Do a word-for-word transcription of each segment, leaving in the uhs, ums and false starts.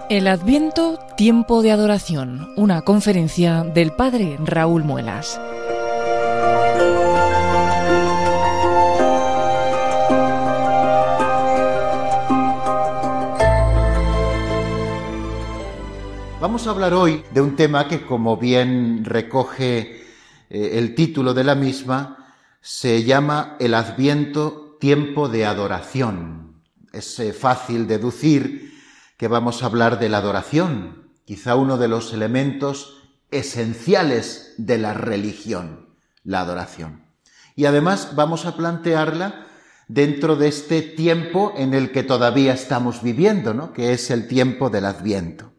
El Adviento, tiempo de adoración, una conferencia del padre Raúl Muelas. Vamos a hablar hoy de un tema que, como bien recoge eh, el título de la misma, se llama el Adviento, tiempo de adoración. Es eh, fácil deducir que vamos a hablar de la adoración, quizá uno de los elementos esenciales de la religión, la adoración. Y además vamos a plantearla dentro de este tiempo en el que todavía estamos viviendo, ¿no?, que es el tiempo del Adviento.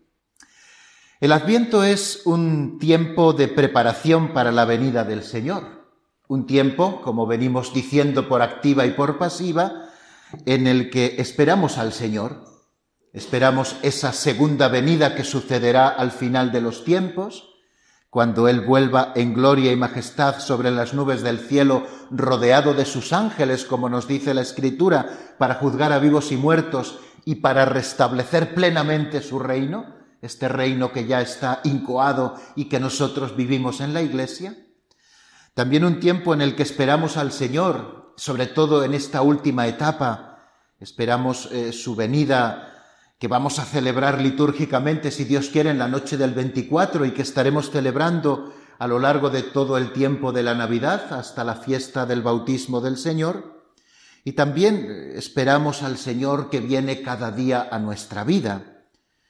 El Adviento es un tiempo de preparación para la venida del Señor, un tiempo, como venimos diciendo por activa y por pasiva, en el que esperamos al Señor. Esperamos esa segunda venida que sucederá al final de los tiempos, cuando Él vuelva en gloria y majestad sobre las nubes del cielo, rodeado de sus ángeles, como nos dice la Escritura, para juzgar a vivos y muertos y para restablecer plenamente su reino, este reino que ya está incoado y que nosotros vivimos en la Iglesia. También un tiempo en el que esperamos al Señor, sobre todo en esta última etapa, esperamos eh, su venida, que vamos a celebrar litúrgicamente, si Dios quiere, en la noche del veinticuatro y que estaremos celebrando a lo largo de todo el tiempo de la Navidad hasta la fiesta del bautismo del Señor. Y también esperamos al Señor que viene cada día a nuestra vida.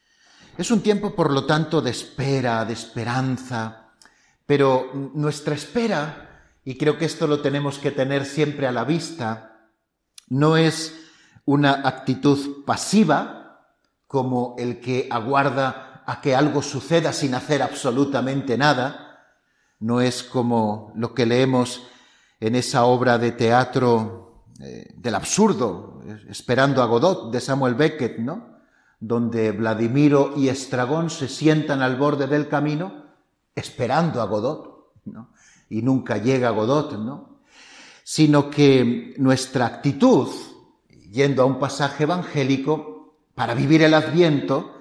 Es un tiempo, por lo tanto, de espera, de esperanza, pero nuestra espera, y creo que esto lo tenemos que tener siempre a la vista, no es una actitud pasiva, como el que aguarda a que algo suceda sin hacer absolutamente nada. No es como lo que leemos en esa obra de teatro eh, del absurdo, Esperando a Godot, de Samuel Beckett, ¿no?, donde Vladimiro y Estragón se sientan al borde del camino esperando a Godot, ¿no?, y nunca llega Godot, ¿no?, sino que nuestra actitud, yendo a un pasaje evangélico, para vivir el Adviento,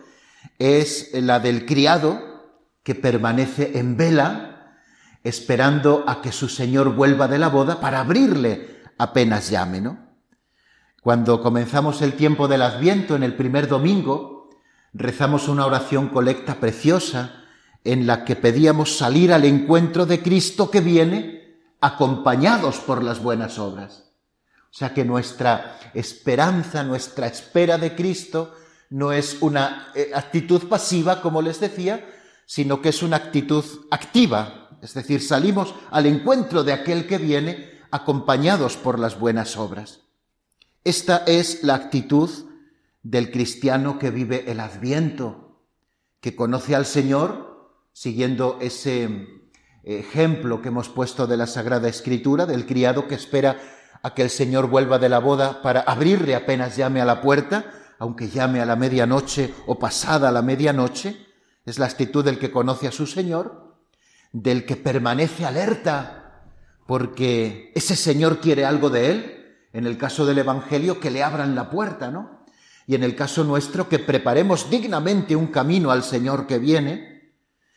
es la del criado que permanece en vela, esperando a que su señor vuelva de la boda para abrirle apenas llame, ¿no? Cuando comenzamos el tiempo del Adviento, en el primer domingo, rezamos una oración colecta preciosa en la que pedíamos salir al encuentro de Cristo que viene acompañados por las buenas obras. O sea que nuestra esperanza, nuestra espera de Cristo no es una actitud pasiva, como les decía, sino que es una actitud activa. Es decir, salimos al encuentro de aquel que viene acompañados por las buenas obras. Esta es la actitud del cristiano que vive el Adviento, que conoce al Señor, siguiendo ese ejemplo que hemos puesto de la Sagrada Escritura, del criado que espera a que el Señor vuelva de la boda para abrirle apenas llame a la puerta, aunque llame a la medianoche o pasada la medianoche. Es la actitud del que conoce a su Señor, del que permanece alerta porque ese Señor quiere algo de él. En el caso del Evangelio, que le abran la puerta, ¿no? Y en el caso nuestro, que preparemos dignamente un camino al Señor que viene.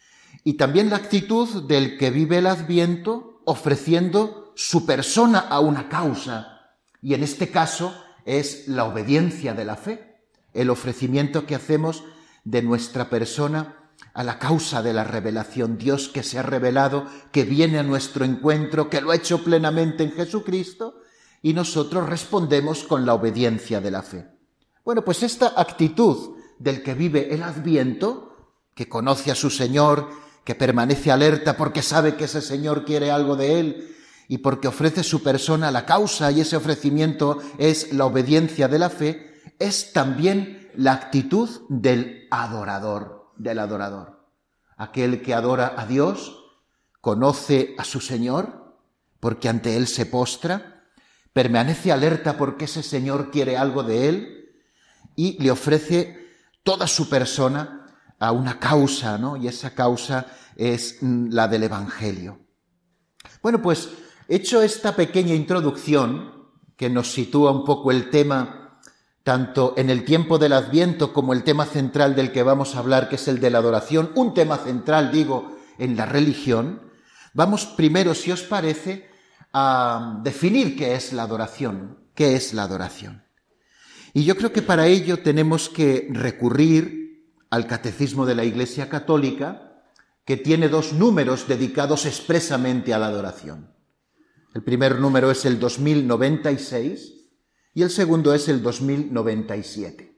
Y también la actitud del que vive el Adviento ofreciendo su persona a una causa, y en este caso es la obediencia de la fe, el ofrecimiento que hacemos de nuestra persona a la causa de la revelación. Dios que se ha revelado, que viene a nuestro encuentro, que lo ha hecho plenamente en Jesucristo, y nosotros respondemos con la obediencia de la fe. Bueno, pues esta actitud del que vive el Adviento, que conoce a su Señor, que permanece alerta porque sabe que ese Señor quiere algo de él, y porque ofrece su persona a la causa, y ese ofrecimiento es la obediencia de la fe, es también la actitud del adorador, del adorador. Aquel que adora a Dios, conoce a su Señor, porque ante Él se postra, permanece alerta porque ese Señor quiere algo de Él, y le ofrece toda su persona a una causa, ¿no? Y esa causa es la del Evangelio. Bueno, pues hecho esta pequeña introducción, que nos sitúa un poco el tema tanto en el tiempo del Adviento como el tema central del que vamos a hablar, que es el de la adoración, un tema central, digo, en la religión, vamos primero, si os parece, a definir qué es la adoración, qué es la adoración. Y yo creo que para ello tenemos que recurrir al Catecismo de la Iglesia Católica, que tiene dos números dedicados expresamente a la adoración. El primer número es el dos mil noventa y seis y el segundo es el dos mil noventa y siete.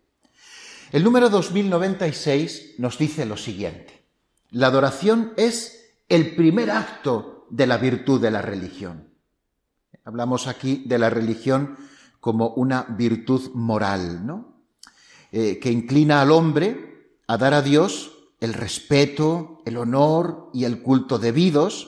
El número dos mil noventa y seis nos dice lo siguiente: la adoración es el primer acto de la virtud de la religión. Hablamos aquí de la religión como una virtud moral, ¿no? Eh, que inclina al hombre a dar a Dios el respeto, el honor y el culto debidos,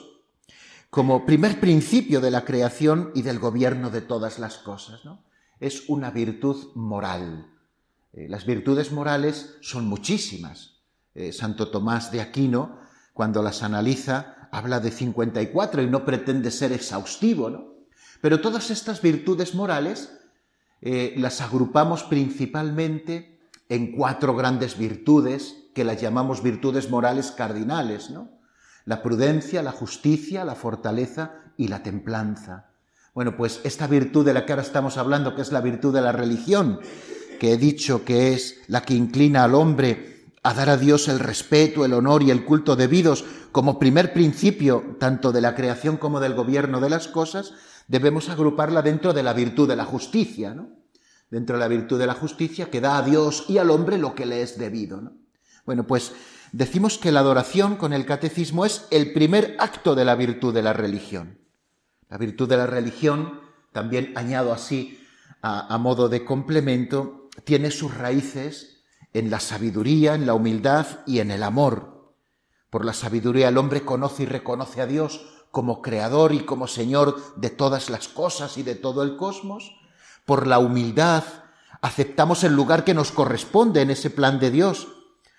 como primer principio de la creación y del gobierno de todas las cosas, ¿no? Es una virtud moral. Eh, las virtudes morales son muchísimas. Eh, Santo Tomás de Aquino, cuando las analiza, habla de cincuenta y cuatro y no pretende ser exhaustivo, ¿no? Pero todas estas virtudes morales eh, las agrupamos principalmente en cuatro grandes virtudes que las llamamos virtudes morales cardinales, ¿no? La prudencia, la justicia, la fortaleza y la templanza. Bueno, pues esta virtud de la que ahora estamos hablando, que es la virtud de la religión, que he dicho que es la que inclina al hombre a dar a Dios el respeto, el honor y el culto debidos como primer principio tanto de la creación como del gobierno de las cosas, debemos agruparla dentro de la virtud de la justicia, ¿no? Dentro de la virtud de la justicia que da a Dios y al hombre lo que le es debido, ¿no? Bueno, pues decimos que la adoración con el catecismo es el primer acto de la virtud de la religión. La virtud de la religión, también añado así a, a modo de complemento, tiene sus raíces en la sabiduría, en la humildad y en el amor. Por la sabiduría el hombre conoce y reconoce a Dios como creador y como Señor de todas las cosas y de todo el cosmos. Por la humildad aceptamos el lugar que nos corresponde en ese plan de Dios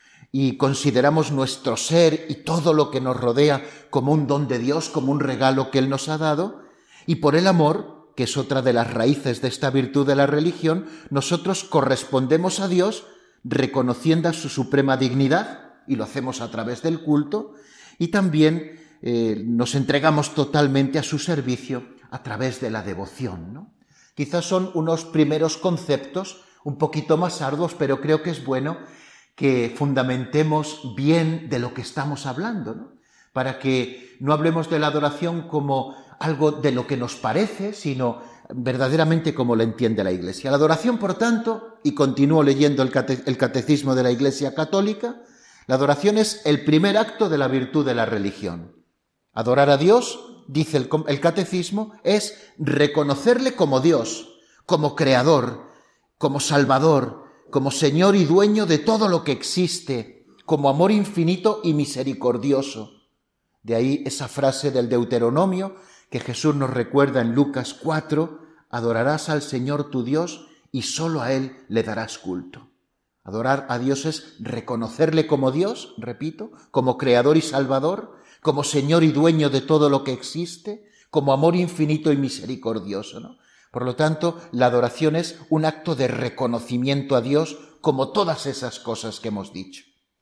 y consideramos nuestro ser y todo lo que nos rodea como un don de Dios, como un regalo que Él nos ha dado. Y por el amor, que es otra de las raíces de esta virtud de la religión, nosotros correspondemos a Dios reconociendo su suprema dignidad, y lo hacemos a través del culto, y también eh, nos entregamos totalmente a su servicio a través de la devoción, ¿no? Quizás son unos primeros conceptos un poquito más arduos, pero creo que es bueno que fundamentemos bien de lo que estamos hablando, ¿no? Para que no hablemos de la adoración como algo de lo que nos parece, sino verdaderamente como lo entiende la Iglesia. La adoración, por tanto, y continúo leyendo el, cate- el Catecismo de la Iglesia Católica, la adoración es el primer acto de la virtud de la religión. Adorar a Dios, dice el, el Catecismo, es reconocerle como Dios, como Creador, como Salvador, como Señor y dueño de todo lo que existe, como amor infinito y misericordioso. De ahí esa frase del Deuteronomio que Jesús nos recuerda en Lucas cuatro, adorarás al Señor tu Dios y solo a Él le darás culto. Adorar a Dios es reconocerle como Dios, repito, como Creador y Salvador, como Señor y dueño de todo lo que existe, como amor infinito y misericordioso, ¿no? Por lo tanto, la adoración es un acto de reconocimiento a Dios como todas esas cosas que hemos dicho.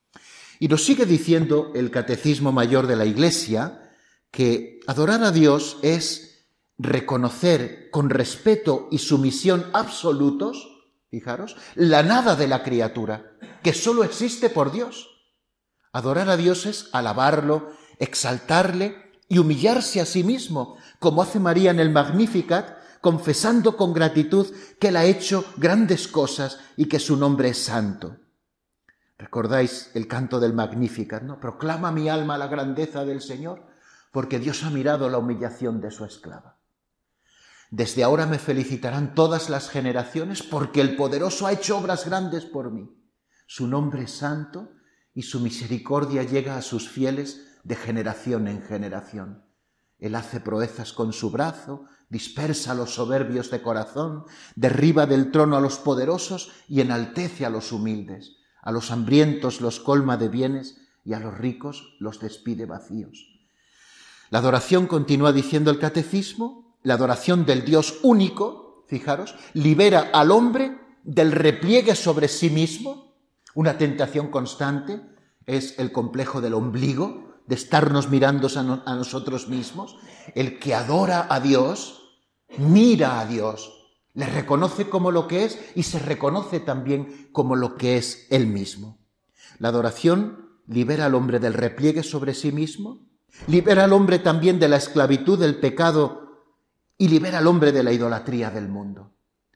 Y nos sigue diciendo el Catecismo Mayor de la Iglesia que adorar a Dios es reconocer con respeto y sumisión absolutos, fijaros, la nada de la criatura, que solo existe por Dios. Adorar a Dios es alabarlo, exaltarle y humillarse a sí mismo, como hace María en el Magnificat, confesando con gratitud que Él ha hecho grandes cosas y que su nombre es santo. ¿Recordáis el canto del Magnificat, no? Proclama mi alma la grandeza del Señor, porque Dios ha mirado la humillación de su esclava. Desde ahora me felicitarán todas las generaciones, porque el Poderoso ha hecho obras grandes por mí. Su nombre es santo y su misericordia llega a sus fieles de generación en generación. Él hace proezas con su brazo, dispersa a los soberbios de corazón, derriba del trono a los poderosos y enaltece a los humildes. A los hambrientos los colma de bienes y a los ricos los despide vacíos. La adoración, continúa diciendo el Catecismo, la adoración del Dios único, fijaros, libera al hombre del repliegue sobre sí mismo. Una tentación constante es el complejo del ombligo, de estarnos mirando a, no, a nosotros mismos. El que adora a Dios, mira a Dios, le reconoce como lo que es y se reconoce también como lo que es él mismo. La adoración libera al hombre del repliegue sobre sí mismo, libera al hombre también de la esclavitud del pecado y libera al hombre de la idolatría del mundo.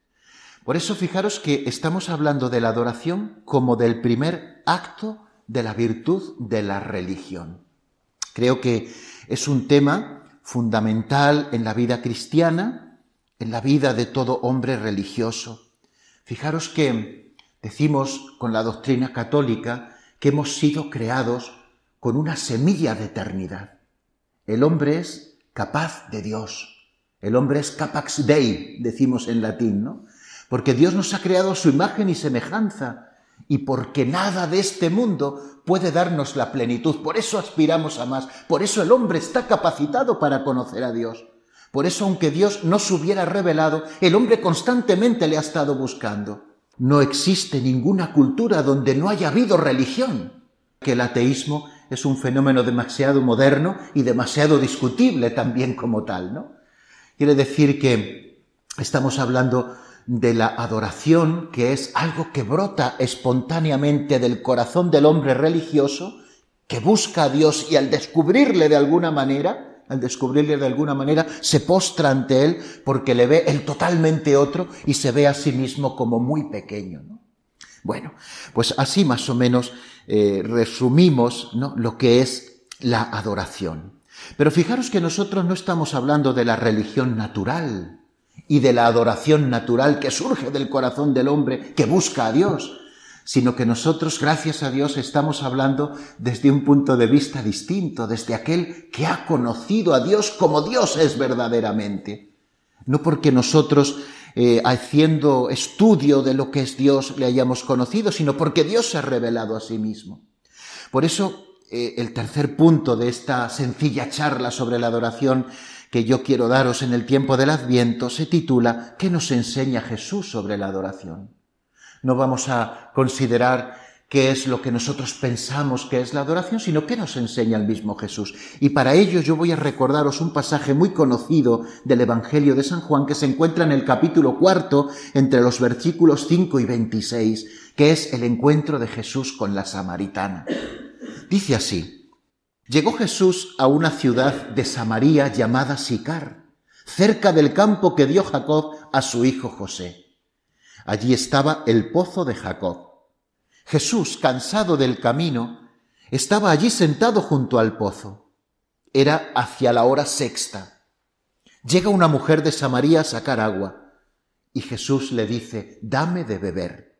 Por eso fijaros que estamos hablando de la adoración como del primer acto de la virtud de la religión. Creo que es un tema fundamental en la vida cristiana, en la vida de todo hombre religioso. Fijaros que decimos con la doctrina católica que hemos sido creados con una semilla de eternidad. El hombre es capaz de Dios. El hombre es capax Dei, decimos en latín, ¿no? Porque Dios nos ha creado a su imagen y semejanza y porque nada de este mundo puede darnos la plenitud. Por eso aspiramos a más. Por eso el hombre está capacitado para conocer a Dios. Por eso, aunque Dios no se hubiera revelado, el hombre constantemente le ha estado buscando. No existe ninguna cultura donde no haya habido religión. Que el ateísmo es un fenómeno demasiado moderno y demasiado discutible también como tal, ¿no? Quiere decir que estamos hablando de la adoración, que es algo que brota espontáneamente del corazón del hombre religioso, que busca a Dios y al descubrirle de alguna manera, al descubrirle de alguna manera, se postra ante él porque le ve el totalmente otro y se ve a sí mismo como muy pequeño, ¿no? Bueno, pues así más o menos eh, resumimos, ¿no?, lo que es la adoración. Pero fijaros que nosotros no estamos hablando de la religión natural y de la adoración natural que surge del corazón del hombre que busca a Dios, sino que nosotros, gracias a Dios, estamos hablando desde un punto de vista distinto, desde aquel que ha conocido a Dios como Dios es verdaderamente. No porque nosotros, eh, haciendo estudio de lo que es Dios, le hayamos conocido, sino porque Dios se ha revelado a sí mismo. Por eso, eh, el tercer punto de esta sencilla charla sobre la adoración que yo quiero daros en el tiempo del Adviento se titula ¿Qué nos enseña Jesús sobre la adoración? No vamos a considerar qué es lo que nosotros pensamos que es la adoración, sino qué nos enseña el mismo Jesús. Y para ello yo voy a recordaros un pasaje muy conocido del Evangelio de San Juan que se encuentra en el capítulo cuarto, entre los versículos cinco y veintiséis, que es el encuentro de Jesús con la samaritana. Dice así: Llegó Jesús a una ciudad de Samaria llamada Sicar, cerca del campo que dio Jacob a su hijo José. Allí estaba el pozo de Jacob. Jesús, cansado del camino, estaba allí sentado junto al pozo. Era hacia la hora sexta. Llega una mujer de Samaria a sacar agua y Jesús le dice: «Dame de beber».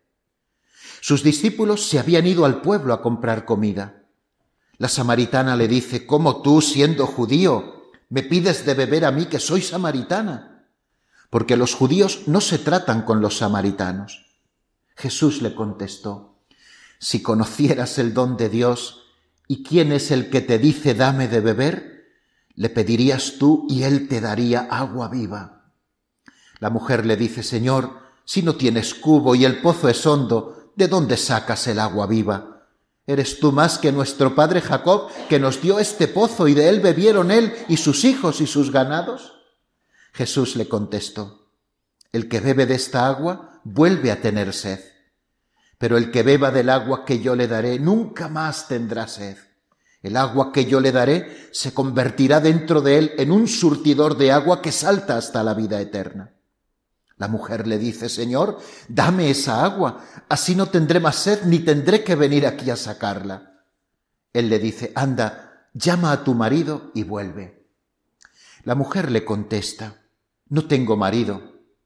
Sus discípulos se habían ido al pueblo a comprar comida. La samaritana le dice: «¿Cómo tú, siendo judío, me pides de beber a mí que soy samaritana?». Porque los judíos no se tratan con los samaritanos. Jesús le contestó: «Si conocieras el don de Dios y quién es el que te dice dame de beber, le pedirías tú y él te daría agua viva». La mujer le dice: «Señor, si no tienes cubo y el pozo es hondo, ¿de dónde sacas el agua viva? ¿Eres tú más que nuestro padre Jacob, que nos dio este pozo y de él bebieron él y sus hijos y sus ganados?». Jesús le contestó: «El que bebe de esta agua vuelve a tener sed, pero el que beba del agua que yo le daré nunca más tendrá sed. El agua que yo le daré se convertirá dentro de él en un surtidor de agua que salta hasta la vida eterna». La mujer le dice: «Señor, dame esa agua, así no tendré más sed ni tendré que venir aquí a sacarla». Él le dice: «Anda, llama a tu marido y vuelve». La mujer le contesta: «No tengo marido».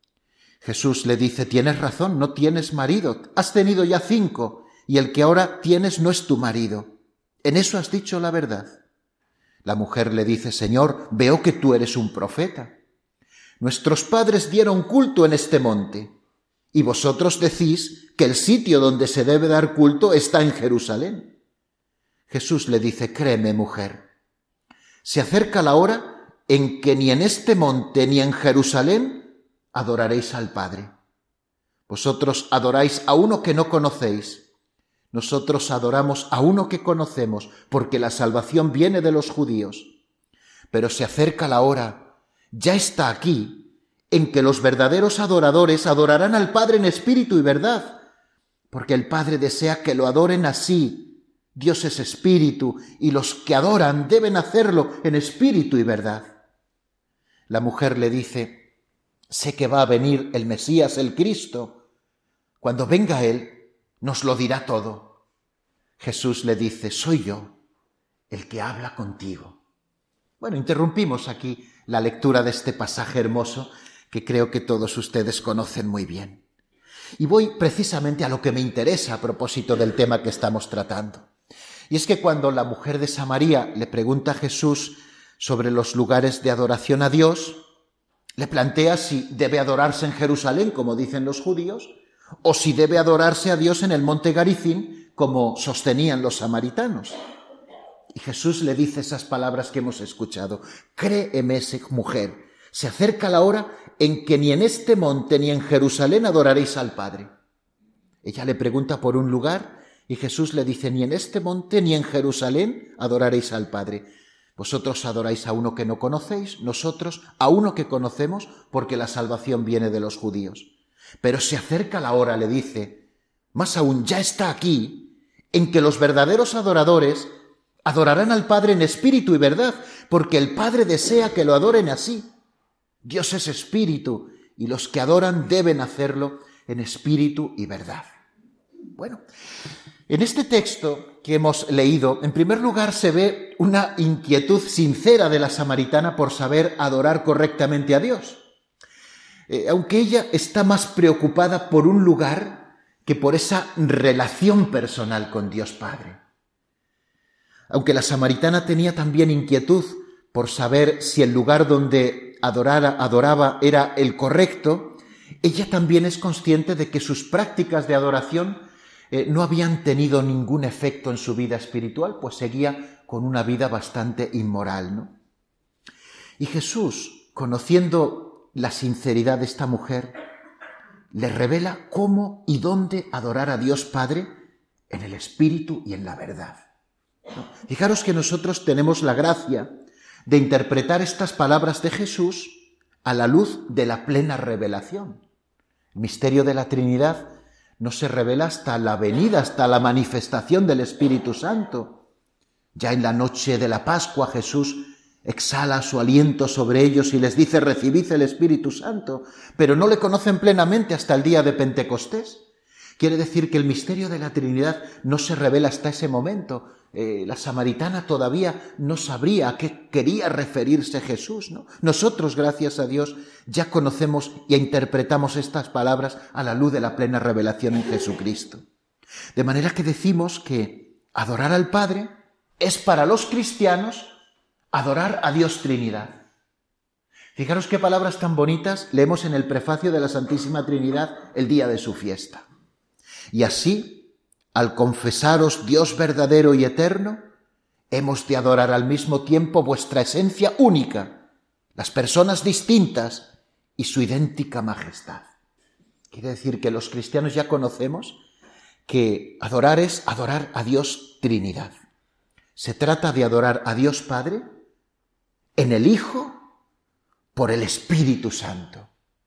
Jesús le dice: «Tienes razón, no tienes marido. Has tenido ya cinco, y el que ahora tienes no es tu marido. En eso has dicho la verdad». La mujer le dice: «Señor, veo que tú eres un profeta. Nuestros padres dieron culto en este monte, y vosotros decís que el sitio donde se debe dar culto está en Jerusalén». Jesús le dice: «Créeme, mujer, se acerca la hora en que ni en este monte ni en Jerusalén adoraréis al Padre. Vosotros adoráis a uno que no conocéis. Nosotros adoramos a uno que conocemos, porque la salvación viene de los judíos. Pero se acerca la hora, ya está aquí, en que los verdaderos adoradores adorarán al Padre en espíritu y verdad, porque el Padre desea que lo adoren así. Dios es espíritu, y los que adoran deben hacerlo en espíritu y verdad. La mujer le dice: sé que va a venir el Mesías, el Cristo. Cuando venga Él, nos lo dirá todo. Jesús le dice: soy yo, el que habla contigo. Bueno, interrumpimos aquí la lectura de este pasaje hermoso que creo que todos ustedes conocen muy bien. Y voy precisamente a lo que me interesa a propósito del tema que estamos tratando. Y es que cuando la mujer de Samaria le pregunta a Jesús sobre los lugares de adoración a Dios, le plantea si debe adorarse en Jerusalén, como dicen los judíos, o si debe adorarse a Dios en el monte Garizim, como sostenían los samaritanos. Y Jesús le dice esas palabras que hemos escuchado: créeme, mujer, se acerca la hora en que ni en este monte ni en Jerusalén adoraréis al Padre. Ella le pregunta por un lugar y Jesús le dice: ni en este monte ni en Jerusalén adoraréis al Padre. Vosotros adoráis a uno que no conocéis, nosotros a uno que conocemos, porque la salvación viene de los judíos. Pero se acerca la hora, le dice, más aún ya está aquí, en que los verdaderos adoradores adorarán al Padre en espíritu y verdad, porque el Padre desea que lo adoren así. Dios es espíritu, y los que adoran deben hacerlo en espíritu y verdad. Bueno, en este texto que hemos leído, en primer lugar se ve una inquietud sincera de la samaritana por saber adorar correctamente a Dios. Eh, aunque ella está más preocupada por un lugar que por esa relación personal con Dios Padre. Aunque la samaritana tenía también inquietud por saber si el lugar donde adorara, adoraba era el correcto, ella también es consciente de que sus prácticas de adoración eh, no habían tenido ningún efecto en su vida espiritual, pues seguía con una vida bastante inmoral, ¿no? Y Jesús, conociendo la sinceridad de esta mujer, le revela cómo y dónde adorar a Dios Padre en el espíritu y en la verdad. ¿No? Fijaros que nosotros tenemos la gracia de interpretar estas palabras de Jesús a la luz de la plena revelación. El misterio de la Trinidad no se revela hasta la venida, hasta la manifestación del Espíritu Santo. Ya en la noche de la Pascua Jesús exhala su aliento sobre ellos y les dice: recibid el Espíritu Santo, pero no le conocen plenamente hasta el día de Pentecostés. Quiere decir que el misterio de la Trinidad no se revela hasta ese momento. Eh, la samaritana todavía no sabría a qué quería referirse Jesús, ¿no? Nosotros, gracias a Dios, ya conocemos y interpretamos estas palabras a la luz de la plena revelación en Jesucristo. De manera que decimos que adorar al Padre es para los cristianos adorar a Dios Trinidad. Fijaros qué palabras tan bonitas leemos en el prefacio de la Santísima Trinidad el día de su fiesta. Y así, al confesaros Dios verdadero y eterno, hemos de adorar al mismo tiempo vuestra esencia única, las personas distintas y su idéntica majestad. Quiere decir que los cristianos ya conocemos que adorar es adorar a Dios Trinidad. Se trata de adorar a Dios Padre en el Hijo por el Espíritu Santo.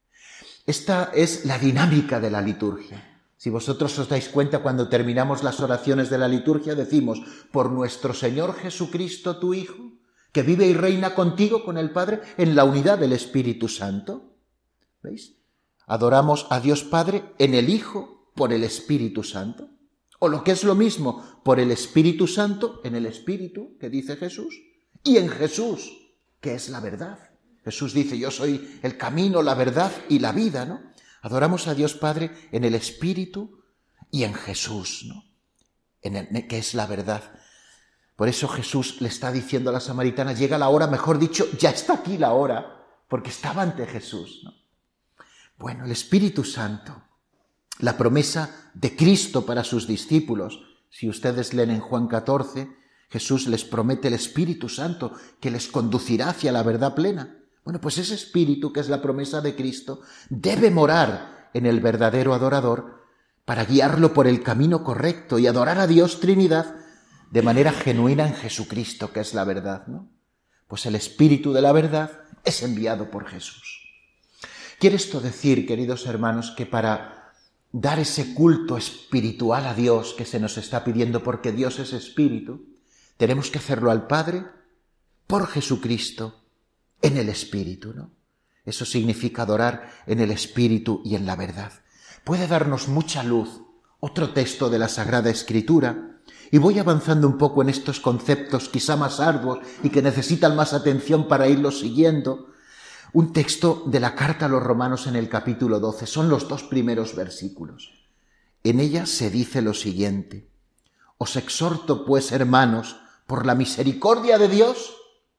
Esta es la dinámica de la liturgia. Si vosotros os dais cuenta, cuando terminamos las oraciones de la liturgia, decimos: por nuestro Señor Jesucristo, tu Hijo, que vive y reina contigo, con el Padre, en la unidad del Espíritu Santo. ¿Veis? Adoramos a Dios Padre en el Hijo por el Espíritu Santo. O lo que es lo mismo, por el Espíritu Santo en el Espíritu, que dice Jesús, y en Jesús, que es la verdad. Jesús dice: yo soy el camino, la verdad y la vida, ¿no? Adoramos a Dios Padre en el Espíritu y en Jesús, ¿no? En el, que es la verdad. Por eso Jesús le está diciendo a la samaritana: llega la hora, mejor dicho, ya está aquí la hora, porque estaba ante Jesús, ¿no? Bueno, el Espíritu Santo, la promesa de Cristo para sus discípulos. Si ustedes leen en Juan catorce, Jesús les promete el Espíritu Santo que les conducirá hacia la verdad plena. Bueno, pues ese Espíritu, que es la promesa de Cristo, debe morar en el verdadero adorador para guiarlo por el camino correcto y adorar a Dios Trinidad de manera genuina en Jesucristo, que es la verdad, ¿no? Pues el Espíritu de la verdad es enviado por Jesús. Quiere esto decir, queridos hermanos, que para dar ese culto espiritual a Dios que se nos está pidiendo, porque Dios es Espíritu, tenemos que hacerlo al Padre por Jesucristo en el Espíritu, ¿no? Eso significa adorar en el Espíritu y en la verdad. Puede darnos mucha luz otro texto de la Sagrada Escritura, y voy avanzando un poco en estos conceptos quizá más arduos y que necesitan más atención para irlos siguiendo. Un texto de la carta a los Romanos en el capítulo doce, son los dos primeros versículos. En ella se dice lo siguiente: os exhorto pues, hermanos, por la misericordia de Dios,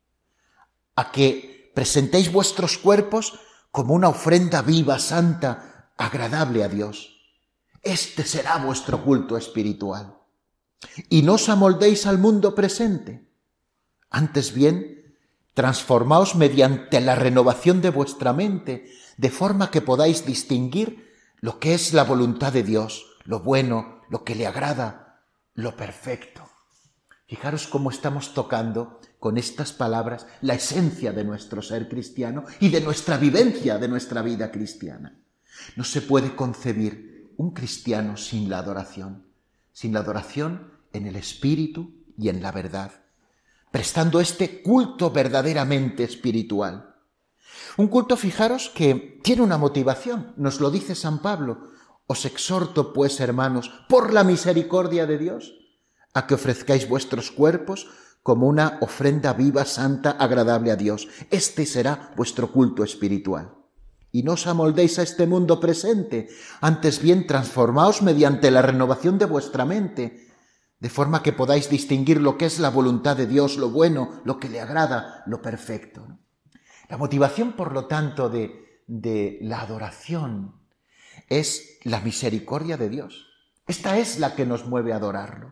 a que presentéis vuestros cuerpos como una ofrenda viva, santa, agradable a Dios. Este será vuestro culto espiritual. Y no os amoldéis al mundo presente. Antes bien, transformaos mediante la renovación de vuestra mente, de forma que podáis distinguir lo que es la voluntad de Dios, lo bueno, lo que le agrada, lo perfecto. Fijaros cómo estamos tocando con estas palabras la esencia de nuestro ser cristiano y de nuestra vivencia, de nuestra vida cristiana. No se puede concebir un cristiano sin la adoración, sin la adoración en el Espíritu y en la verdad, prestando este culto verdaderamente espiritual. Un culto, fijaros, que tiene una motivación, nos lo dice San Pablo: os exhorto pues, hermanos, por la misericordia de Dios, a que ofrezcáis vuestros cuerpos como una ofrenda viva, santa, agradable a Dios. Este será vuestro culto espiritual. Y no os amoldéis a este mundo presente, antes bien transformaos mediante la renovación de vuestra mente, de forma que podáis distinguir lo que es la voluntad de Dios, lo bueno, lo que le agrada, lo perfecto, ¿no? La motivación, por lo tanto, de, de la adoración es la misericordia de Dios. Esta es la que nos mueve a adorarlo.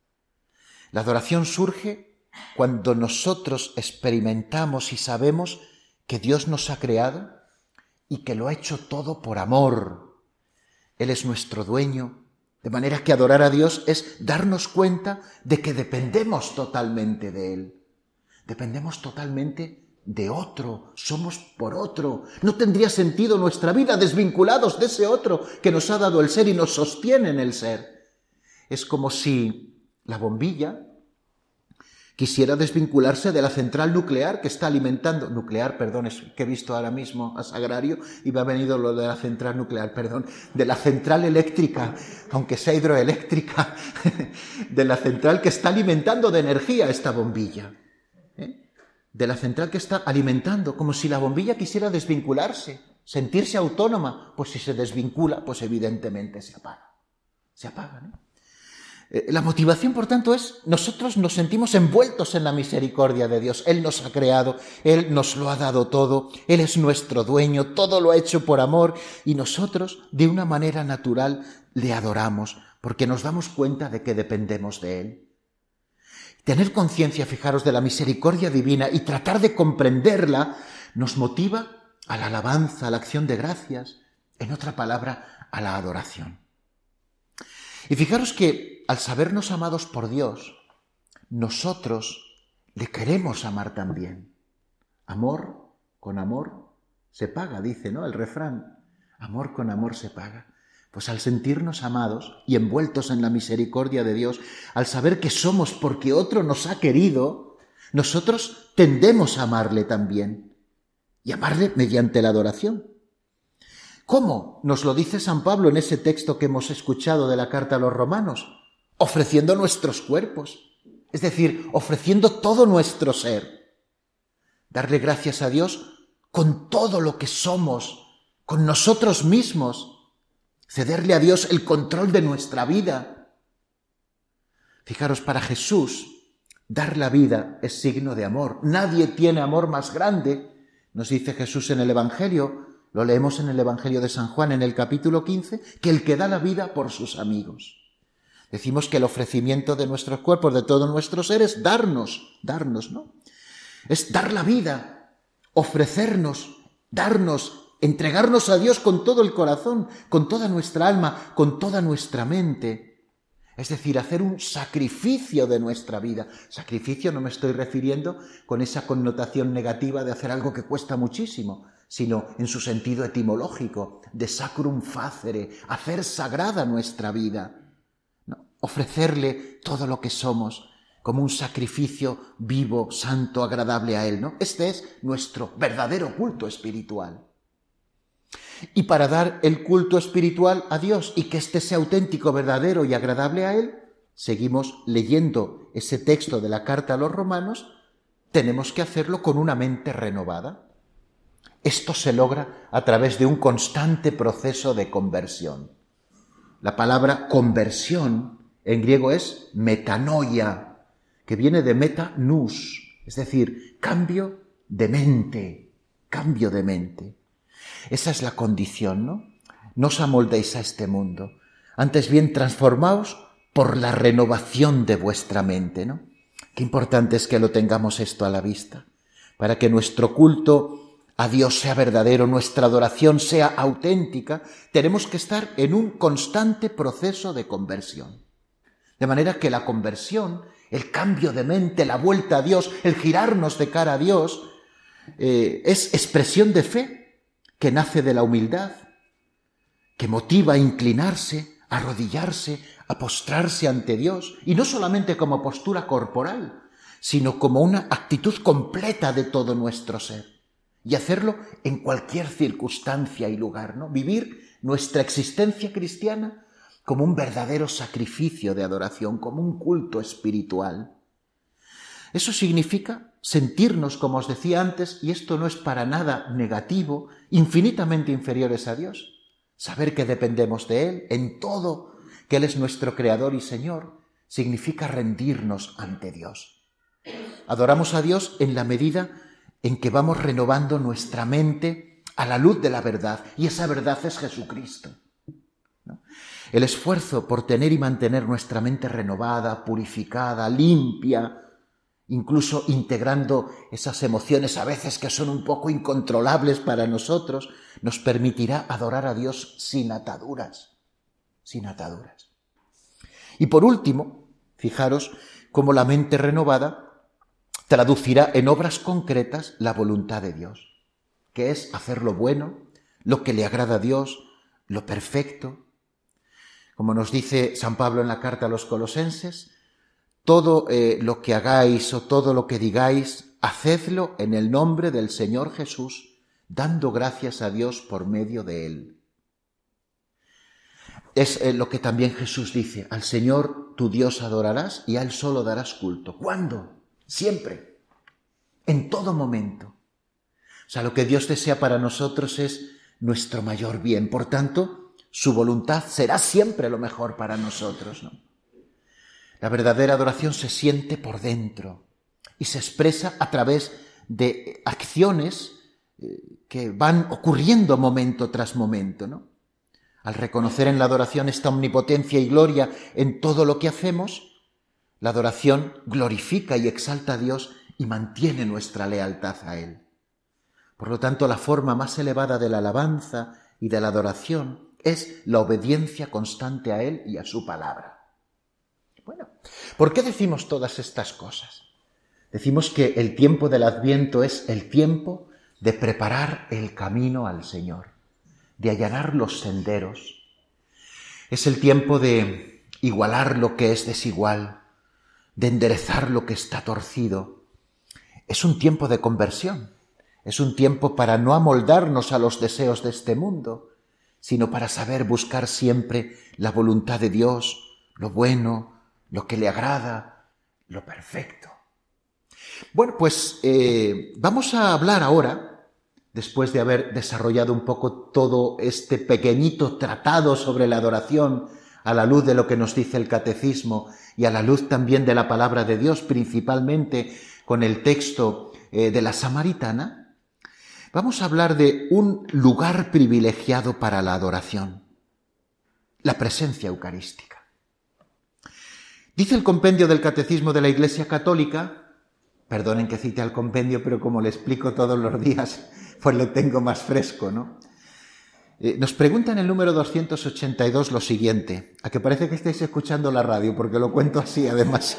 La adoración surge cuando nosotros experimentamos y sabemos que Dios nos ha creado y que lo ha hecho todo por amor. Él es nuestro dueño, de manera que adorar a Dios es darnos cuenta de que dependemos totalmente de Él. Dependemos totalmente de otro, somos por otro. No tendría sentido nuestra vida desvinculados de ese otro que nos ha dado el ser y nos sostiene en el ser. Es como si la bombilla quisiera desvincularse de la central nuclear que está alimentando, nuclear, perdón, es que he visto ahora mismo a Sagrario y me ha venido lo de la central nuclear, perdón, de la central eléctrica, aunque sea hidroeléctrica, de la central que está alimentando de energía esta bombilla, ¿eh? De la central que está alimentando, como si la bombilla quisiera desvincularse, sentirse autónoma. Pues si se desvincula, pues evidentemente se apaga, se apaga, ¿no? La motivación, por tanto, es nosotros nos sentimos envueltos en la misericordia de Dios. Él nos ha creado, Él nos lo ha dado todo, Él es nuestro dueño, todo lo ha hecho por amor y nosotros, de una manera natural, le adoramos porque nos damos cuenta de que dependemos de Él. Tener conciencia, fijaros, de la misericordia divina y tratar de comprenderla nos motiva a la alabanza, a la acción de gracias, en otra palabra, a la adoración. Y fijaros que al sabernos amados por Dios, nosotros le queremos amar también. Amor con amor se paga, dice, ¿no? El refrán. Amor con amor se paga. Pues al sentirnos amados y envueltos en la misericordia de Dios, al saber que somos porque otro nos ha querido, nosotros tendemos a amarle también. Y amarle mediante la adoración. ¿Cómo? Nos lo dice San Pablo en ese texto que hemos escuchado de la carta a los Romanos. Ofreciendo nuestros cuerpos, es decir, ofreciendo todo nuestro ser. Darle gracias a Dios con todo lo que somos, con nosotros mismos. Cederle a Dios el control de nuestra vida. Fijaros, para Jesús, dar la vida es signo de amor. Nadie tiene amor más grande, nos dice Jesús en el Evangelio. Lo leemos en el Evangelio de San Juan en el capítulo quince, que el que da la vida por sus amigos. Decimos que el ofrecimiento de nuestros cuerpos, de todo nuestro ser, es darnos, darnos, ¿no? Es dar la vida, ofrecernos, darnos entregarnos a Dios con todo el corazón, con toda nuestra alma, con toda nuestra mente. Es decir, hacer un sacrificio de nuestra vida. Sacrificio no me estoy refiriendo con esa connotación negativa de hacer algo que cuesta muchísimo, sino en su sentido etimológico, de sacrum facere, hacer sagrada nuestra vida. ¿No? Ofrecerle todo lo que somos como un sacrificio vivo, santo, agradable a Él, ¿no? Este es nuestro verdadero culto espiritual. Y para dar el culto espiritual a Dios y que éste sea auténtico, verdadero y agradable a Él, seguimos leyendo ese texto de la carta a los romanos, tenemos que hacerlo con una mente renovada. Esto se logra a través de un constante proceso de conversión. La palabra conversión en griego es metanoia, que viene de meta nous, es decir, cambio de mente, cambio de mente. Esa es la condición, ¿no? No os amoldéis a este mundo, antes bien transformaos por la renovación de vuestra mente, ¿no? Qué importante es que lo tengamos esto a la vista, para que nuestro culto a Dios sea verdadero, nuestra adoración sea auténtica, tenemos que estar en un constante proceso de conversión. De manera que la conversión, el cambio de mente, la vuelta a Dios, el girarnos de cara a Dios, eh, es expresión de fe que nace de la humildad, que motiva a inclinarse, a arrodillarse, a postrarse ante Dios, y no solamente como postura corporal, sino como una actitud completa de todo nuestro ser. Y hacerlo en cualquier circunstancia y lugar, ¿no? Vivir nuestra existencia cristiana como un verdadero sacrificio de adoración, como un culto espiritual. Eso significa sentirnos, como os decía antes, y esto no es para nada negativo, infinitamente inferiores a Dios. Saber que dependemos de Él en todo, que Él es nuestro Creador y Señor, significa rendirnos ante Dios. Adoramos a Dios en la medida en que vamos renovando nuestra mente a la luz de la verdad, y esa verdad es Jesucristo, ¿no? El esfuerzo por tener y mantener nuestra mente renovada, purificada, limpia, incluso integrando esas emociones a veces que son un poco incontrolables para nosotros, nos permitirá adorar a Dios sin ataduras, sin ataduras. Y por último, fijaros cómo la mente renovada traducirá en obras concretas la voluntad de Dios, que es hacer lo bueno, lo que le agrada a Dios, lo perfecto. Como nos dice San Pablo en la carta a los Colosenses, todo eh, lo que hagáis o todo lo que digáis, hacedlo en el nombre del Señor Jesús, dando gracias a Dios por medio de Él. Es eh, lo que también Jesús dice, al Señor tu Dios adorarás y a Él solo darás culto. ¿Cuándo? Siempre, en todo momento. O sea, lo que Dios desea para nosotros es nuestro mayor bien. Por tanto, su voluntad será siempre lo mejor para nosotros, ¿no? La verdadera adoración se siente por dentro y se expresa a través de acciones que van ocurriendo momento tras momento, ¿no? Al reconocer en la adoración esta omnipotencia y gloria en todo lo que hacemos, la adoración glorifica y exalta a Dios y mantiene nuestra lealtad a Él. Por lo tanto, la forma más elevada de la alabanza y de la adoración es la obediencia constante a Él y a su palabra. Bueno, ¿por qué decimos todas estas cosas? Decimos que el tiempo del Adviento es el tiempo de preparar el camino al Señor, de allanar los senderos. Es el tiempo de igualar lo que es desigual, de enderezar lo que está torcido. Es un tiempo de conversión, es un tiempo para no amoldarnos a los deseos de este mundo, sino para saber buscar siempre la voluntad de Dios, lo bueno, lo que le agrada, lo perfecto. Bueno, pues eh, vamos a hablar ahora, después de haber desarrollado un poco todo este pequeñito tratado sobre la adoración a la luz de lo que nos dice el Catecismo y a la luz también de la palabra de Dios, principalmente con el texto eh, de la Samaritana, vamos a hablar de un lugar privilegiado para la adoración, la presencia eucarística. Dice el compendio del Catecismo de la Iglesia Católica, perdonen que cite al compendio, pero como le explico todos los días, pues lo tengo más fresco, ¿no? Eh, nos pregunta en el número doscientos ochenta y dos lo siguiente, a que parece que estáis escuchando la radio, porque lo cuento así además.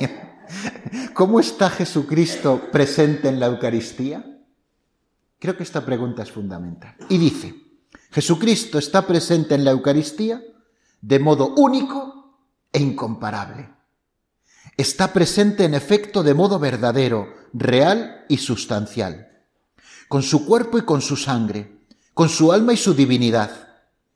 ¿Cómo está Jesucristo presente en la Eucaristía? Creo que esta pregunta es fundamental. Y dice, Jesucristo está presente en la Eucaristía de modo único e incomparable. Está presente en efecto de modo verdadero, real y sustancial, con su cuerpo y con su sangre, con su alma y su divinidad.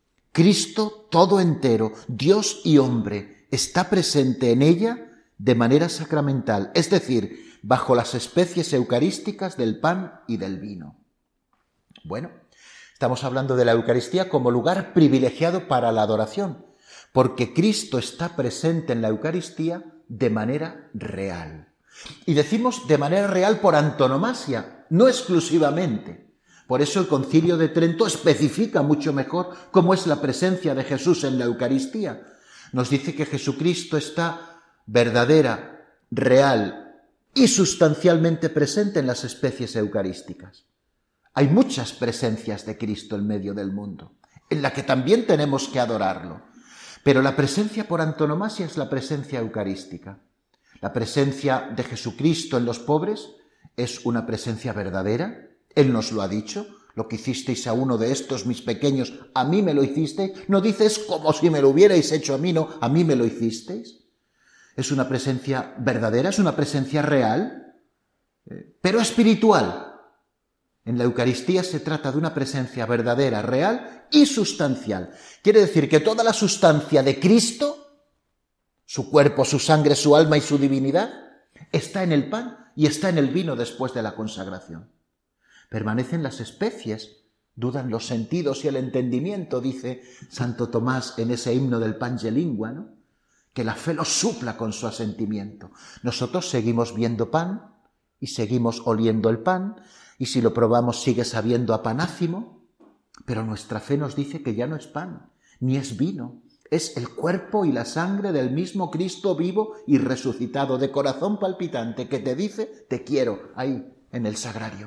Cristo todo entero, Dios y hombre, está presente en ella de manera sacramental, es decir, bajo las especies eucarísticas del pan y del vino. Bueno, estamos hablando de la Eucaristía como lugar privilegiado para la adoración, porque Cristo está presente en la Eucaristía de manera real. Y decimos de manera real por antonomasia, no exclusivamente. Por eso el Concilio de Trento especifica mucho mejor cómo es la presencia de Jesús en la Eucaristía. Nos dice que Jesucristo está verdadera, real y sustancialmente presente en las especies eucarísticas. Hay muchas presencias de Cristo en medio del mundo, en la que también tenemos que adorarlo. Pero la presencia por antonomasia es la presencia eucarística. La presencia de Jesucristo en los pobres es una presencia verdadera. Él nos lo ha dicho, lo que hicisteis a uno de estos mis pequeños, a mí me lo hicisteis. No dices como si me lo hubierais hecho a mí, no, a mí me lo hicisteis. Es una presencia verdadera, es una presencia real, pero espiritual. En la Eucaristía se trata de una presencia verdadera, real y sustancial. Quiere decir que toda la sustancia de Cristo, su cuerpo, su sangre, su alma y su divinidad, está en el pan y está en el vino después de la consagración. Permanecen las especies, dudan los sentidos y el entendimiento, dice Santo Tomás en ese himno del Pange Lingua, ¿no? Que la fe los supla con su asentimiento. Nosotros seguimos viendo pan y seguimos oliendo el pan, y si lo probamos sigue sabiendo a panácimo, pero nuestra fe nos dice que ya no es pan, ni es vino, es el cuerpo y la sangre del mismo Cristo vivo y resucitado, de corazón palpitante, que te dice, te quiero, ahí en el sagrario.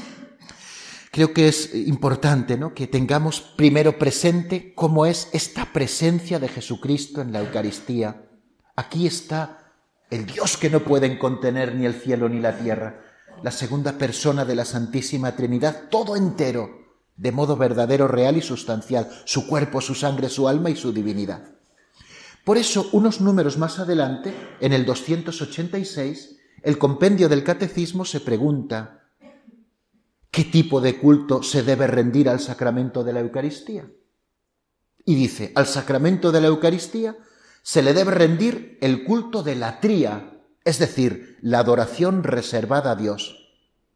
Creo que es importante, ¿no?, que tengamos primero presente cómo es esta presencia de Jesucristo en la Eucaristía. Aquí está el Dios que no pueden contener ni el cielo ni la tierra, la segunda persona de la Santísima Trinidad, todo entero, de modo verdadero, real y sustancial, su cuerpo, su sangre, su alma y su divinidad. Por eso, unos números más adelante, en el doscientos ochenta y seis, el compendio del Catecismo se pregunta: ¿qué tipo de culto se debe rendir al sacramento de la Eucaristía? Y dice, al sacramento de la Eucaristía se le debe rendir el culto de latría, es decir, la adoración reservada a Dios.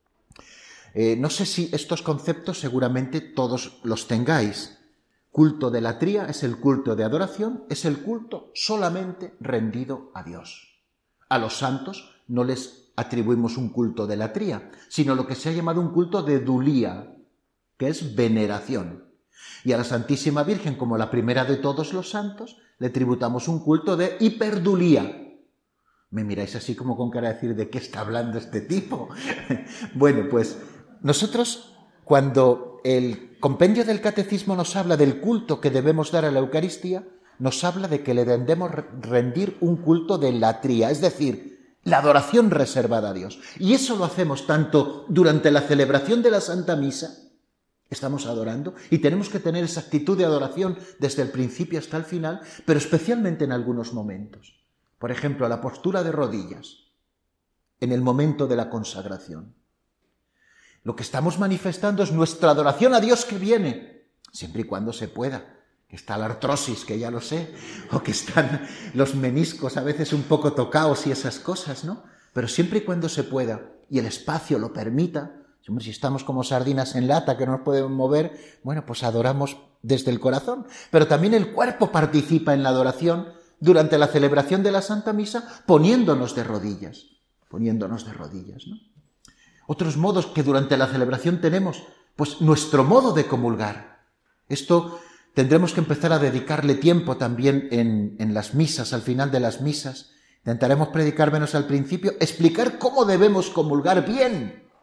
Eh, no sé si estos conceptos seguramente todos los tengáis. Culto de latría es el culto de adoración, es el culto solamente rendido a Dios. A los santos no les atribuimos un culto de latría, sino lo que se ha llamado un culto de dulía, que es veneración. Y a la Santísima Virgen, como la primera de todos los santos, le tributamos un culto de hiperdulía. Me miráis así como con cara de decir, ¿de qué está hablando este tipo? Bueno, pues nosotros, cuando el compendio del Catecismo nos habla del culto que debemos dar a la Eucaristía, nos habla de que le debemos rendir un culto de latría, es decir, la adoración reservada a Dios. Y eso lo hacemos tanto durante la celebración de la Santa Misa, estamos adorando, y tenemos que tener esa actitud de adoración desde el principio hasta el final, pero especialmente en algunos momentos. Por ejemplo, la postura de rodillas, en el momento de la consagración. Lo que estamos manifestando es nuestra adoración a Dios que viene, siempre y cuando se pueda. Que está la artrosis, que ya lo sé, o que están los meniscos a veces un poco tocados y esas cosas, ¿no? Pero siempre y cuando se pueda, y el espacio lo permita, si estamos como sardinas en lata que no nos podemos mover, bueno, pues adoramos desde el corazón. Pero también el cuerpo participa en la adoración durante la celebración de la Santa Misa, poniéndonos de rodillas, poniéndonos de rodillas, ¿no? Otros modos que durante la celebración tenemos, pues nuestro modo de comulgar. Esto tendremos que empezar a dedicarle tiempo también en, en las misas, al final de las misas. Intentaremos predicar menos al principio, explicar cómo debemos comulgar bien.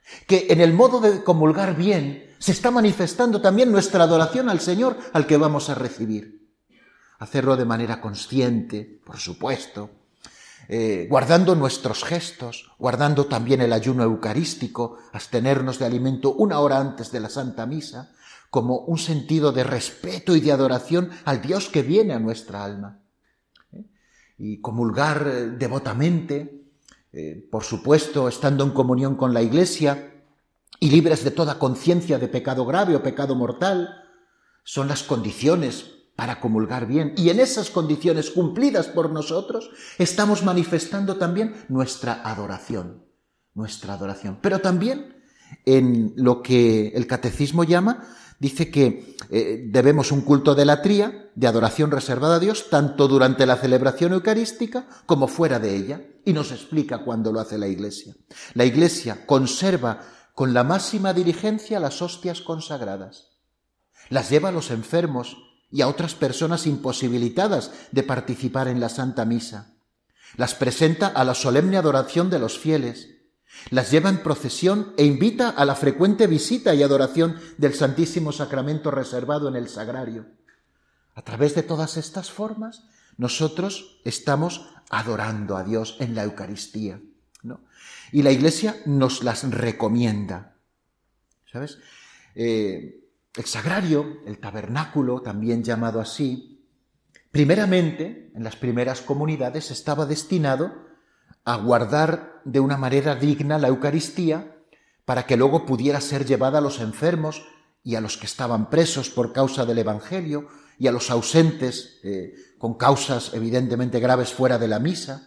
que en el modo de comulgar bien se está manifestando también nuestra adoración al Señor al que vamos a recibir. Hacerlo de manera consciente, por supuesto, eh, guardando nuestros gestos, guardando también el ayuno eucarístico, abstenernos de alimento una hora antes de la Santa Misa, como un sentido de respeto y de adoración al Dios que viene a nuestra alma. ¿Eh? Y comulgar eh, devotamente, eh, por supuesto, estando en comunión con la Iglesia y libres de toda conciencia de pecado grave o pecado mortal, son las condiciones para comulgar bien. Y en esas condiciones cumplidas por nosotros, estamos manifestando también nuestra adoración, nuestra adoración. Pero también en lo que el Catecismo llama, dice que eh, debemos un culto de latría, de adoración reservada a Dios, tanto durante la celebración eucarística como fuera de ella. Y nos explica cuándo lo hace la Iglesia. La Iglesia conserva con la máxima diligencia las hostias consagradas. Las lleva a los enfermos y a otras personas imposibilitadas de participar en la Santa Misa. Las presenta a la solemne adoración de los fieles. Las lleva en procesión e invita a la frecuente visita y adoración del Santísimo Sacramento reservado en el Sagrario. A través de todas estas formas, nosotros estamos adorando a Dios en la Eucaristía, ¿no? Y la Iglesia nos las recomienda, ¿sabes? Eh, el Sagrario, el tabernáculo, también llamado así, primeramente, en las primeras comunidades, estaba destinado a guardar de una manera digna la Eucaristía para que luego pudiera ser llevada a los enfermos y a los que estaban presos por causa del Evangelio y a los ausentes eh, con causas evidentemente graves fuera de la misa.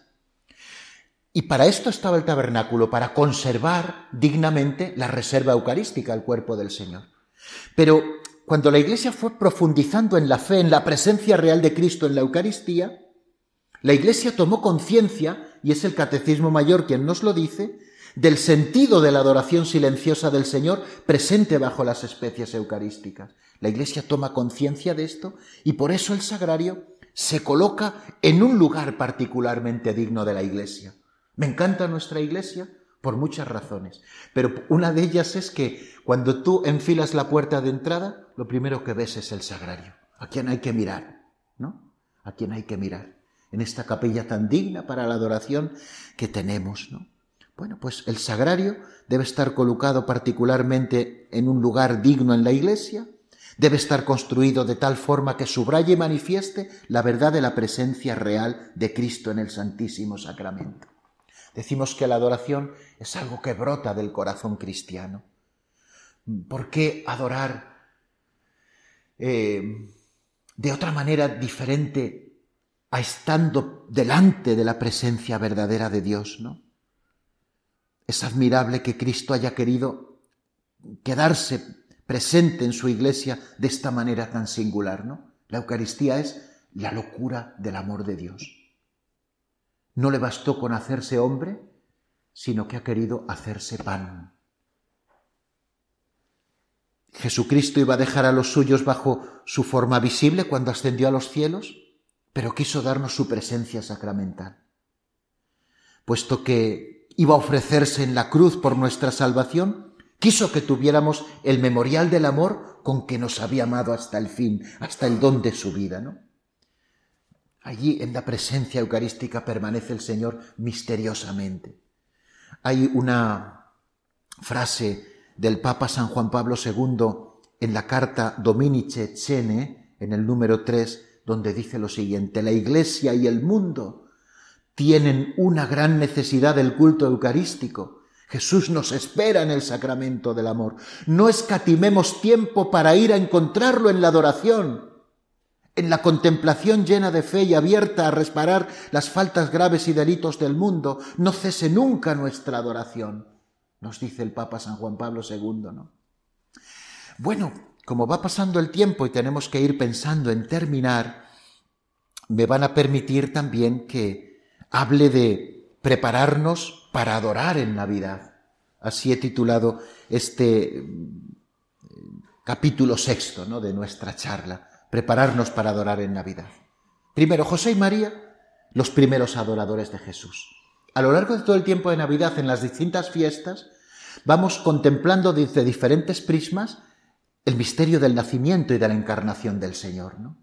Y para esto estaba el tabernáculo, para conservar dignamente la reserva eucarística, el cuerpo del Señor. Pero cuando la Iglesia fue profundizando en la fe, en la presencia real de Cristo en la Eucaristía, la Iglesia tomó conciencia, y es el Catecismo Mayor quien nos lo dice, del sentido de la adoración silenciosa del Señor presente bajo las especies eucarísticas. La Iglesia toma conciencia de esto y por eso el Sagrario se coloca en un lugar particularmente digno de la Iglesia. Me encanta nuestra Iglesia por muchas razones, pero una de ellas es que cuando tú enfilas la puerta de entrada, lo primero que ves es el Sagrario. ¿A quién hay que mirar? ¿No? ¿A quién hay que mirar? En esta capilla tan digna para la adoración que tenemos, ¿no? Bueno, pues el Sagrario debe estar colocado particularmente en un lugar digno en la Iglesia, debe estar construido de tal forma que subraye y manifieste la verdad de la presencia real de Cristo en el Santísimo Sacramento. Decimos que la adoración es algo que brota del corazón cristiano. ¿Por qué adorar eh, de otra manera diferente a estando delante de la presencia verdadera de Dios, ¿no? Es admirable que Cristo haya querido quedarse presente en su Iglesia de esta manera tan singular, ¿no? La Eucaristía es la locura del amor de Dios. No le bastó con hacerse hombre, sino que ha querido hacerse pan. Jesucristo iba a dejar a los suyos bajo su forma visible cuando ascendió a los cielos, pero quiso darnos su presencia sacramental. Puesto que iba a ofrecerse en la cruz por nuestra salvación, quiso que tuviéramos el memorial del amor con que nos había amado hasta el fin, hasta el don de su vida, ¿no? Allí en la presencia eucarística permanece el Señor misteriosamente. Hay una frase del Papa San Juan Pablo segundo en la carta Dominice Cene, en el número tres, donde dice lo siguiente: la Iglesia y el mundo tienen una gran necesidad del culto eucarístico. Jesús nos espera en el sacramento del amor. No escatimemos tiempo para ir a encontrarlo en la adoración, en la contemplación llena de fe y abierta a reparar las faltas graves y delitos del mundo. No cese nunca nuestra adoración, nos dice el Papa San Juan Pablo segundo, ¿no? Bueno, como va pasando el tiempo y tenemos que ir pensando en terminar, me van a permitir también que hable de prepararnos para adorar en Navidad. Así he titulado este capítulo sexto, ¿no?, de nuestra charla. Prepararnos para adorar en Navidad. Primero, José y María, los primeros adoradores de Jesús. A lo largo de todo el tiempo de Navidad, en las distintas fiestas, vamos contemplando desde diferentes prismas el misterio del nacimiento y de la encarnación del Señor, ¿no?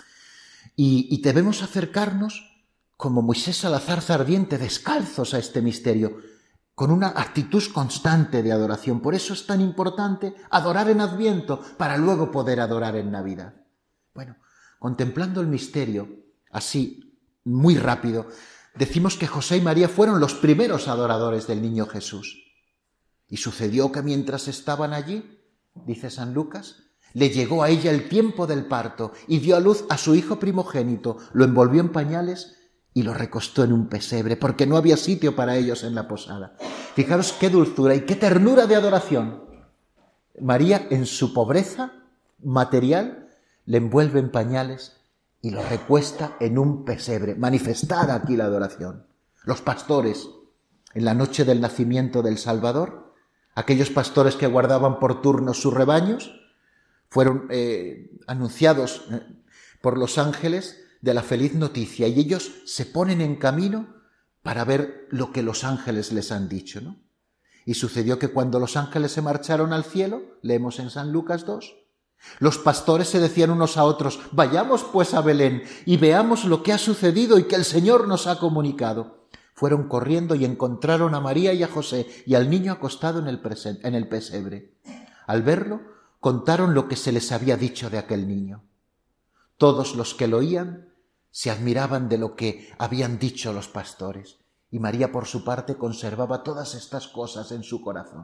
Y, y debemos acercarnos como Moisés a la zarza ardiente, descalzos a este misterio, con una actitud constante de adoración. Por eso es tan importante adorar en Adviento, para luego poder adorar en Navidad. Bueno, contemplando el misterio, así, muy rápido, decimos que José y María fueron los primeros adoradores del niño Jesús. Y sucedió que mientras estaban allí, dice San Lucas, le llegó a ella el tiempo del parto y dio a luz a su hijo primogénito, lo envolvió en pañales y lo recostó en un pesebre, porque no había sitio para ellos en la posada. Fijaros qué dulzura y qué ternura de adoración. María, en su pobreza material, le envuelve en pañales y lo recuesta en un pesebre. Manifestada aquí la adoración. Los pastores, en la noche del nacimiento del Salvador, aquellos pastores que guardaban por turnos sus rebaños, fueron eh, anunciados eh, por los ángeles de la feliz noticia, y ellos se ponen en camino para ver lo que los ángeles les han dicho, ¿no? Y sucedió que cuando los ángeles se marcharon al cielo, leemos en San Lucas dos, los pastores se decían unos a otros: vayamos pues a Belén y veamos lo que ha sucedido y que el Señor nos ha comunicado. Fueron corriendo y encontraron a María y a José y al niño acostado en el, presen- en el pesebre. Al verlo, contaron lo que se les había dicho de aquel niño. Todos los que lo oían se admiraban de lo que habían dicho los pastores, y María por su parte conservaba todas estas cosas en su corazón.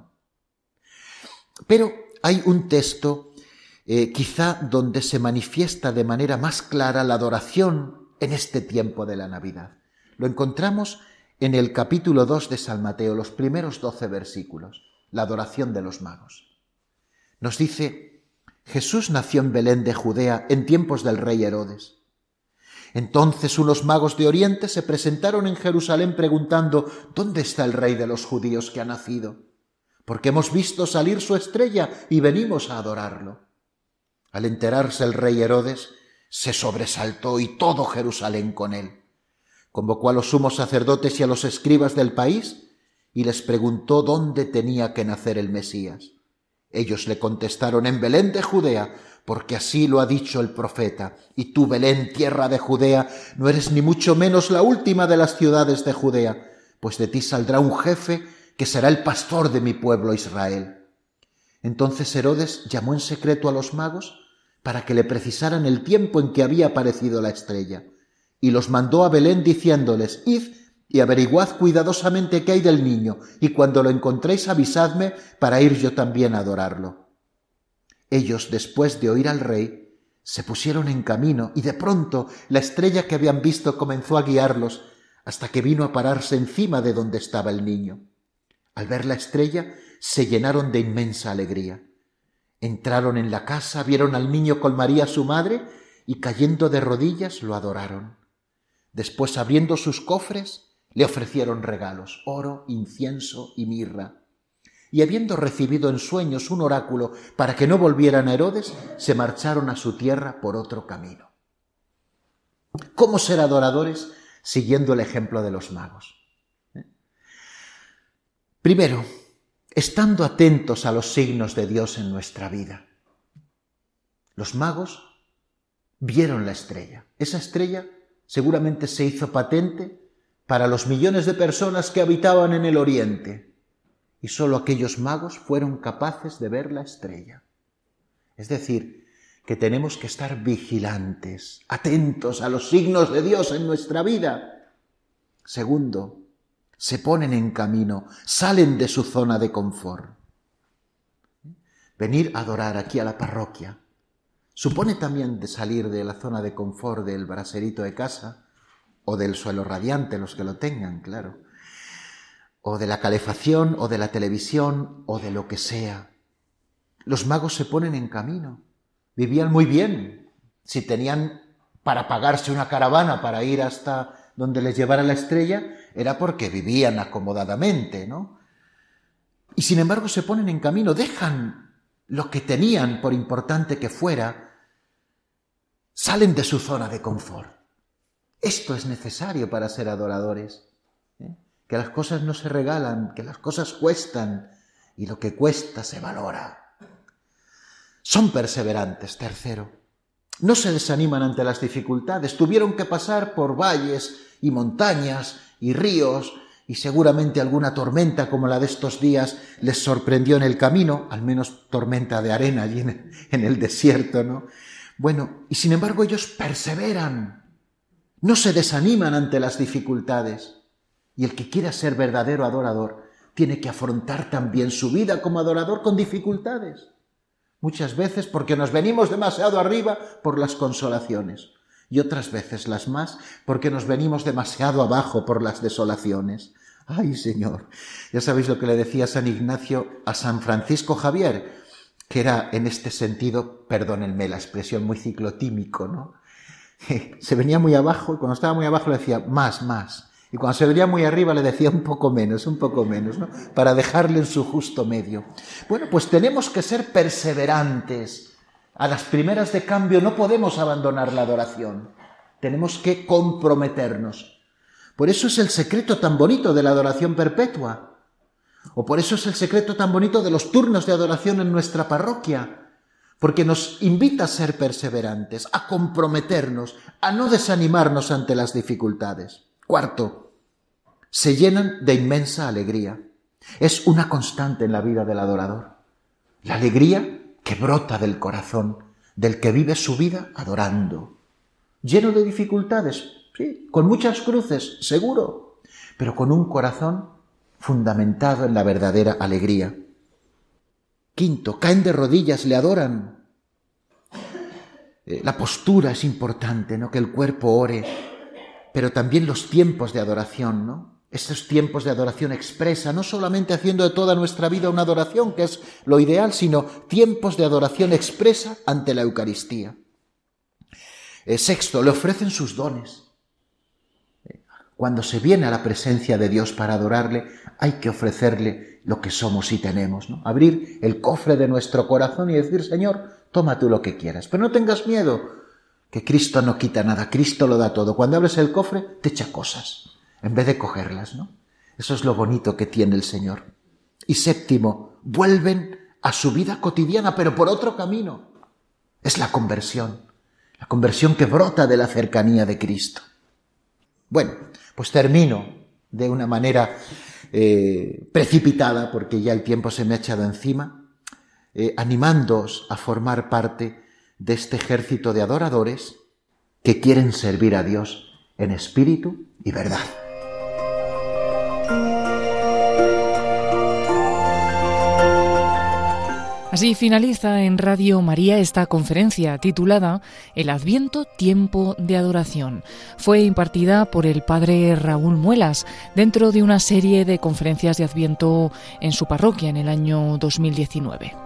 Pero hay un texto eh, quizá donde se manifiesta de manera más clara la adoración en este tiempo de la Navidad. Lo encontramos en el capítulo dos de San Mateo, los primeros doce versículos, la adoración de los magos. Nos dice: Jesús nació en Belén de Judea en tiempos del rey Herodes. Entonces unos magos de Oriente se presentaron en Jerusalén preguntando: ¿dónde está el rey de los judíos que ha nacido? Porque hemos visto salir su estrella y venimos a adorarlo. Al enterarse el rey Herodes, se sobresaltó y todo Jerusalén con él. Convocó a los sumos sacerdotes y a los escribas del país y les preguntó dónde tenía que nacer el Mesías. Ellos le contestaron: en Belén de Judea, porque así lo ha dicho el profeta. Y tú, Belén, tierra de Judea, no eres ni mucho menos la última de las ciudades de Judea, pues de ti saldrá un jefe que será el pastor de mi pueblo Israel. Entonces Herodes llamó en secreto a los magos para que le precisaran el tiempo en que había aparecido la estrella, y los mandó a Belén diciéndoles: id y averiguad cuidadosamente qué hay del niño, y cuando lo encontréis avisadme para ir yo también a adorarlo. Ellos, después de oír al rey, se pusieron en camino, y de pronto la estrella que habían visto comenzó a guiarlos hasta que vino a pararse encima de donde estaba el niño. Al ver la estrella, se llenaron de inmensa alegría. Entraron en la casa, vieron al niño con María su madre, y cayendo de rodillas lo adoraron. Después, abriendo sus cofres, le ofrecieron regalos: oro, incienso y mirra. Y habiendo recibido en sueños un oráculo para que no volvieran a Herodes, se marcharon a su tierra por otro camino. ¿Cómo ser adoradores? Siguiendo el ejemplo de los magos. ¿Eh? Primero, estando atentos a los signos de Dios en nuestra vida. Los magos vieron la estrella. Esa estrella seguramente se hizo patente para los millones de personas que habitaban en el Oriente, y sólo aquellos magos fueron capaces de ver la estrella. Es decir, que tenemos que estar vigilantes, atentos a los signos de Dios en nuestra vida. Segundo, se ponen en camino, salen de su zona de confort. Venir a adorar aquí a la parroquia supone también de salir de la zona de confort del braserito de casa, o del suelo radiante, los que lo tengan, claro, o de la calefacción, o de la televisión, o de lo que sea. Los magos se ponen en camino. Vivían muy bien. Si tenían para pagarse una caravana para ir hasta donde les llevara la estrella, era porque vivían acomodadamente, ¿no? Y sin embargo se ponen en camino, dejan lo que tenían, por importante que fuera, salen de su zona de confort. Esto es necesario para ser adoradores, ¿eh? Que las cosas no se regalan, que las cosas cuestan, y lo que cuesta se valora. Son perseverantes, tercero. No se desaniman ante las dificultades. Tuvieron que pasar por valles y montañas y ríos, y seguramente alguna tormenta como la de estos días les sorprendió en el camino, al menos tormenta de arena allí en, en el desierto, ¿no? Bueno, y sin embargo ellos perseveran, no se desaniman ante las dificultades. Y el que quiera ser verdadero adorador tiene que afrontar también su vida como adorador con dificultades. Muchas veces porque nos venimos demasiado arriba por las consolaciones, y otras veces las más porque nos venimos demasiado abajo por las desolaciones. ¡Ay, Señor! Ya sabéis lo que le decía San Ignacio a San Francisco Javier, que era en este sentido, perdónenme la expresión, muy ciclotímico, ¿no? Se venía muy abajo y cuando estaba muy abajo le decía más, más. Y cuando se venía muy arriba le decía un poco menos, un poco menos, ¿no? Para dejarle en su justo medio. Bueno, pues tenemos que ser perseverantes. A las primeras de cambio no podemos abandonar la adoración. Tenemos que comprometernos. Por eso es el secreto tan bonito de la adoración perpetua. O por eso es el secreto tan bonito de los turnos de adoración en nuestra parroquia. Porque nos invita a ser perseverantes, a comprometernos, a no desanimarnos ante las dificultades. Cuarto, se llenan de inmensa alegría. Es una constante en la vida del adorador. La alegría que brota del corazón, del que vive su vida adorando. Lleno de dificultades, sí, con muchas cruces, seguro, pero con un corazón fundamentado en la verdadera alegría. Quinto, caen de rodillas, le adoran. Eh, la postura es importante, ¿no? Que el cuerpo ore, pero también los tiempos de adoración, ¿no? Estos tiempos de adoración expresa, no solamente haciendo de toda nuestra vida una adoración, que es lo ideal, sino tiempos de adoración expresa ante la Eucaristía. Eh, sexto, le ofrecen sus dones. Cuando se viene a la presencia de Dios para adorarle, hay que ofrecerle lo que somos y tenemos, ¿no? Abrir el cofre de nuestro corazón y decir, Señor, toma tú lo que quieras, pero no tengas miedo, que Cristo no quita nada, Cristo lo da todo. Cuando abres el cofre, te echa cosas, en vez de cogerlas, ¿no? Eso es lo bonito que tiene el Señor. Y séptimo, vuelven a su vida cotidiana, pero por otro camino. Es la conversión, la conversión que brota de la cercanía de Cristo. Bueno, pues termino de una manera eh, precipitada, porque ya el tiempo se me ha echado encima, eh, animándoos a formar parte de este ejército de adoradores que quieren servir a Dios en espíritu y verdad. Así finaliza en Radio María esta conferencia titulada El Adviento, tiempo de adoración. Fue impartida por el padre Raúl Muelas dentro de una serie de conferencias de Adviento en su parroquia en el año dos mil diecinueve.